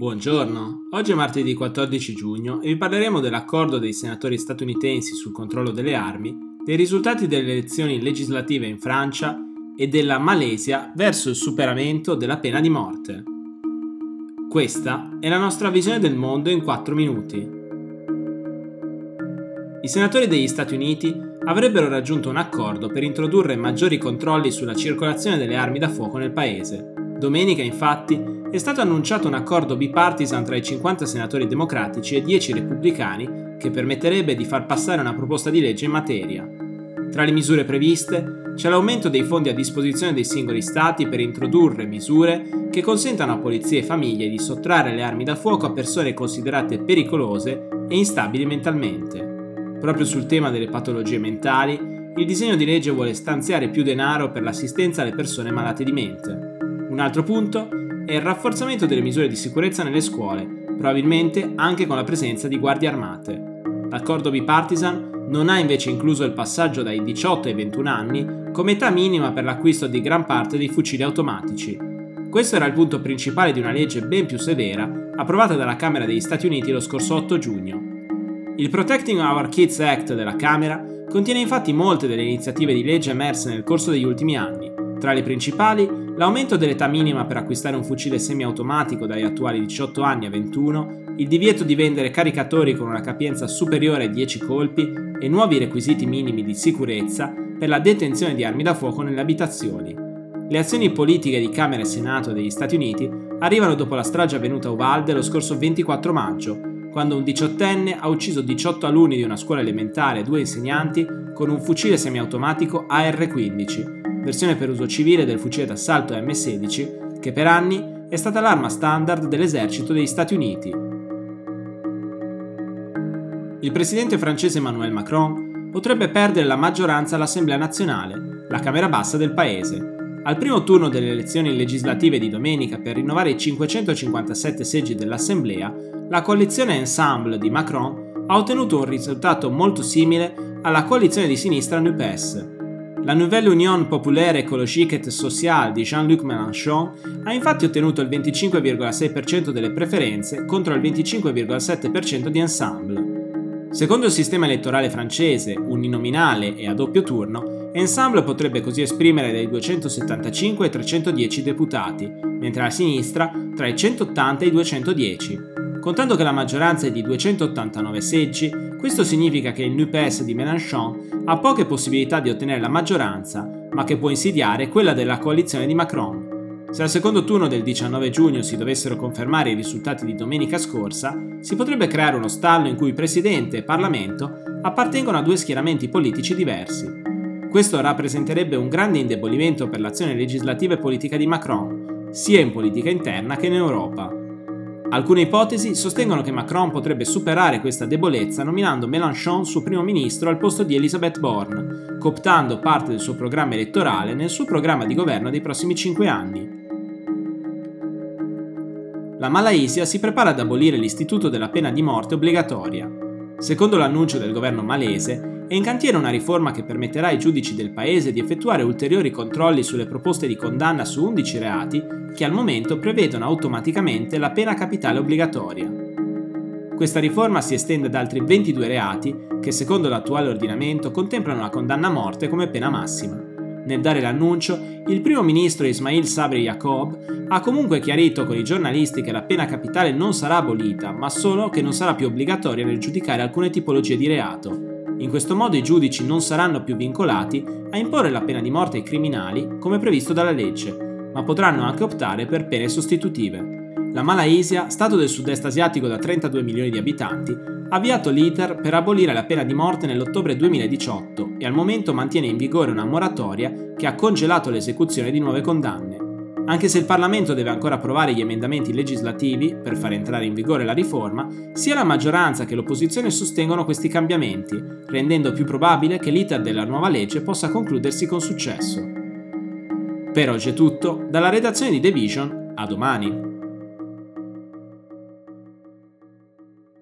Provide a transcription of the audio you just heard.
Buongiorno, oggi è martedì 14 giugno e vi parleremo dell'accordo dei senatori statunitensi sul controllo delle armi, dei risultati delle elezioni legislative in Francia e della Malesia verso il superamento della pena di morte. Questa è la nostra visione del mondo in 4 minuti. I senatori degli Stati Uniti avrebbero raggiunto un accordo per introdurre maggiori controlli sulla circolazione delle armi da fuoco nel paese. Domenica, infatti, è stato annunciato un accordo bipartisan tra i 50 senatori democratici e 10 repubblicani che permetterebbe di far passare una proposta di legge in materia. Tra le misure previste c'è l'aumento dei fondi a disposizione dei singoli stati per introdurre misure che consentano a polizie e famiglie di sottrarre le armi da fuoco a persone considerate pericolose e instabili mentalmente. Proprio sul tema delle patologie mentali, il disegno di legge vuole stanziare più denaro per l'assistenza alle persone malate di mente. Un altro punto è il rafforzamento delle misure di sicurezza nelle scuole, probabilmente anche con la presenza di guardie armate. L'accordo bipartisan non ha invece incluso il passaggio dai 18 ai 21 anni come età minima per l'acquisto di gran parte dei fucili automatici. Questo era il punto principale di una legge ben più severa approvata dalla Camera degli Stati Uniti lo scorso 8 giugno. Il Protecting Our Kids Act della Camera contiene infatti molte delle iniziative di legge emerse nel corso degli ultimi anni. Tra le principali, l'aumento dell'età minima per acquistare un fucile semiautomatico dagli attuali 18 anni a 21, il divieto di vendere caricatori con una capienza superiore ai 10 colpi e nuovi requisiti minimi di sicurezza per la detenzione di armi da fuoco nelle abitazioni. Le azioni politiche di Camera e Senato degli Stati Uniti arrivano dopo la strage avvenuta a Uvalde lo scorso 24 maggio, quando un 18enne ha ucciso 18 alunni di una scuola elementare e 2 insegnanti con un fucile semiautomatico AR-15, versione per uso civile del fucile d'assalto M16, che per anni è stata l'arma standard dell'esercito degli Stati Uniti. Il presidente francese Emmanuel Macron potrebbe perdere la maggioranza all'Assemblea nazionale, la Camera bassa del paese. Al primo turno delle elezioni legislative di domenica per rinnovare i 557 seggi dell'Assemblea, la coalizione Ensemble di Macron ha ottenuto un risultato molto simile alla coalizione di sinistra NUPES. La Nouvelle Union Populaire Écologique et Sociale di Jean-Luc Mélenchon ha infatti ottenuto il 25,6% delle preferenze contro il 25,7% di Ensemble. Secondo il sistema elettorale francese, uninominale e a doppio turno, Ensemble potrebbe così esprimere dai 275 ai 310 deputati, mentre la sinistra tra i 180 e i 210. Contando che la maggioranza è di 289 seggi, questo significa che il NUPES di Mélenchon ha poche possibilità di ottenere la maggioranza, ma che può insidiare quella della coalizione di Macron. Se al secondo turno del 19 giugno si dovessero confermare i risultati di domenica scorsa, si potrebbe creare uno stallo in cui Presidente e Parlamento appartengono a 2 schieramenti politici diversi. Questo rappresenterebbe un grande indebolimento per l'azione legislativa e politica di Macron, sia in politica interna che in Europa. Alcune ipotesi sostengono che Macron potrebbe superare questa debolezza nominando Mélenchon suo primo ministro al posto di Elisabeth Borne, cooptando parte del suo programma elettorale nel suo programma di governo dei prossimi 5 anni. La Malaysia si prepara ad abolire l'istituto della pena di morte obbligatoria. Secondo l'annuncio del governo malese, è in cantiere una riforma che permetterà ai giudici del paese di effettuare ulteriori controlli sulle proposte di condanna su 11 reati che al momento prevedono automaticamente la pena capitale obbligatoria. Questa riforma si estende ad altri 22 reati che, secondo l'attuale ordinamento, contemplano la condanna a morte come pena massima. Nel dare l'annuncio, il primo ministro Ismail Sabri Yaakob ha comunque chiarito con i giornalisti che la pena capitale non sarà abolita, ma solo che non sarà più obbligatoria nel giudicare alcune tipologie di reato. In questo modo i giudici non saranno più vincolati a imporre la pena di morte ai criminali come previsto dalla legge, ma potranno anche optare per pene sostitutive. La Malaysia, stato del sud-est asiatico da 32 milioni di abitanti, ha avviato l'iter per abolire la pena di morte nell'ottobre 2018 e al momento mantiene in vigore una moratoria che ha congelato l'esecuzione di nuove condanne. Anche se il Parlamento deve ancora approvare gli emendamenti legislativi per far entrare in vigore la riforma, sia la maggioranza che l'opposizione sostengono questi cambiamenti, rendendo più probabile che l'iter della nuova legge possa concludersi con successo. Per oggi è tutto, dalla redazione di The Vision, a domani!